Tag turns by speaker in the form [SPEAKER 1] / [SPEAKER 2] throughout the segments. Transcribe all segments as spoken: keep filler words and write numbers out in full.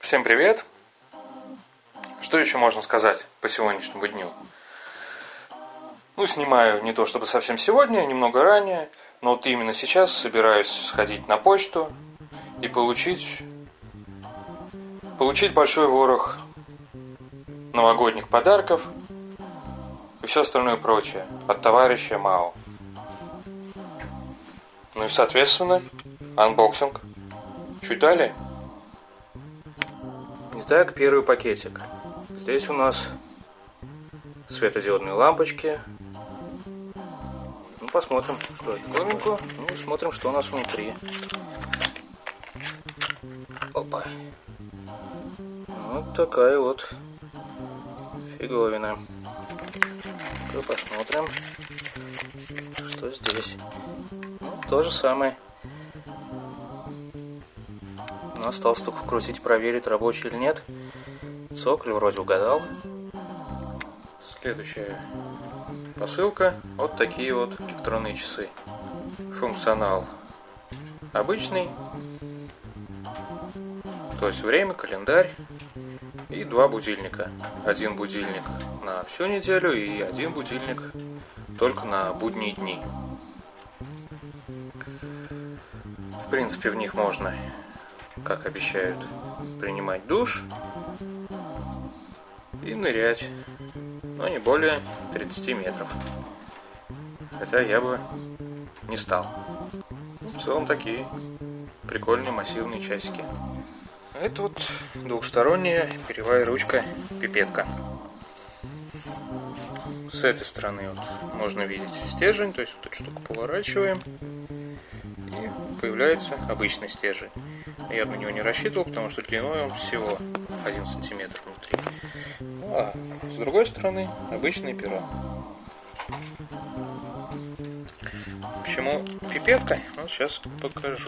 [SPEAKER 1] Всем привет! Что еще можно сказать по сегодняшнему дню? Ну, снимаю не то чтобы совсем сегодня, немного ранее, но вот именно сейчас собираюсь сходить на почту и получить, получить большой ворох новогодних подарков и все остальное прочее от товарища Мао. Ну и, соответственно, анбоксинг. Чуть далее. Итак, первый пакетик. Здесь у нас светодиодные лампочки. Ну, посмотрим, что это новенькое. Ну, и смотрим, что у нас внутри. Опа. Вот такая вот фиговина. Ну, посмотрим, что здесь. Ну, то же самое. Но осталось только вкрутить, проверить, рабочий или нет. Цоколь вроде угадал. Следующая посылка. Вот такие вот электронные часы. Функционал обычный. То есть время, календарь. И два будильника. Один будильник на всю неделю и один будильник только на будние дни. В принципе, в них можно, как обещают, принимать душ и нырять, но не более тридцати метров. Хотя я бы не стал. В целом такие прикольные массивные часики. Это вот двухсторонняя перьевая ручка пипетка. С этой стороны вот можно видеть стержень, то есть вот эту штуку поворачиваем и появляется обычный стержень. Я на него не рассчитывал, потому что длиной он всего один сантиметр внутри. Ну, а с другой стороны обычное перо. Почему пипетка? Вот сейчас покажу.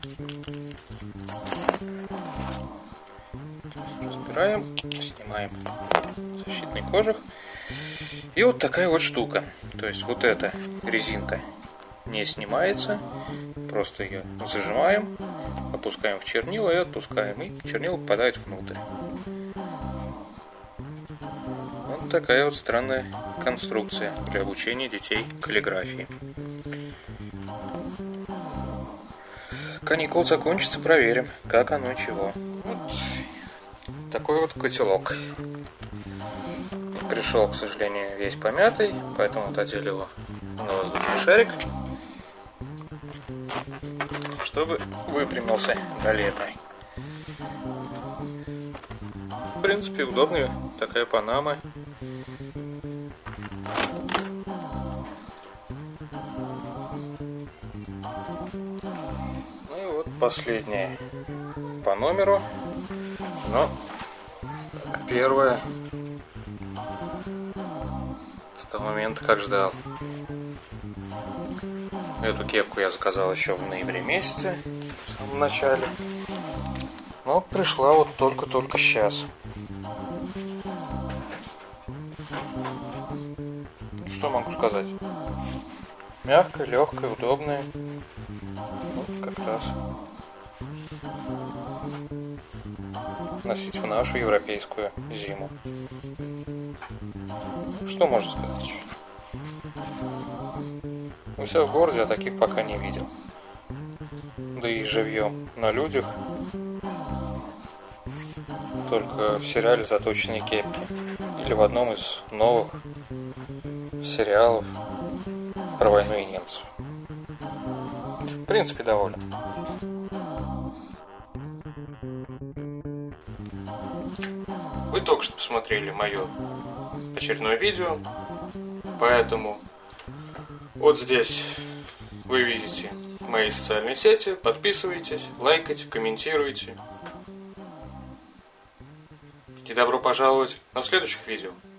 [SPEAKER 1] Разбираем, снимаем защитный кожух. И вот такая вот штука. То есть вот эта резинка не снимается. Просто ее зажимаем, опускаем в чернила и отпускаем. И чернила попадают внутрь. Вот такая вот странная конструкция для обучения детей каллиграфии. Каникулы закончатся, проверим, как оно и чего. Вот такой вот котелок. Пришел, к сожалению, весь помятый, поэтому вот одели его на воздушный шарик, чтобы выпрямился до лета. В принципе, удобная такая панама. Ну и вот последняя по номеру, но первая с того момента, как ждал. Эту кепку я заказал еще в ноябре месяце, в самом начале. Но пришла вот только-только сейчас. Что могу сказать? Мягкая, легкая, удобная. Вот как раз носить в нашу европейскую зиму. Что можно сказать? У себя в городе я таких пока не видел. Да и живьем на людях только в сериале «Заточенные кепки» или в одном из новых сериалов про войну и немцев. В принципе, доволен. Вы только что посмотрели мое очередное видео, поэтому вот здесь вы видите мои социальные сети. Подписывайтесь, лайкайте, комментируйте. И добро пожаловать на следующих видео.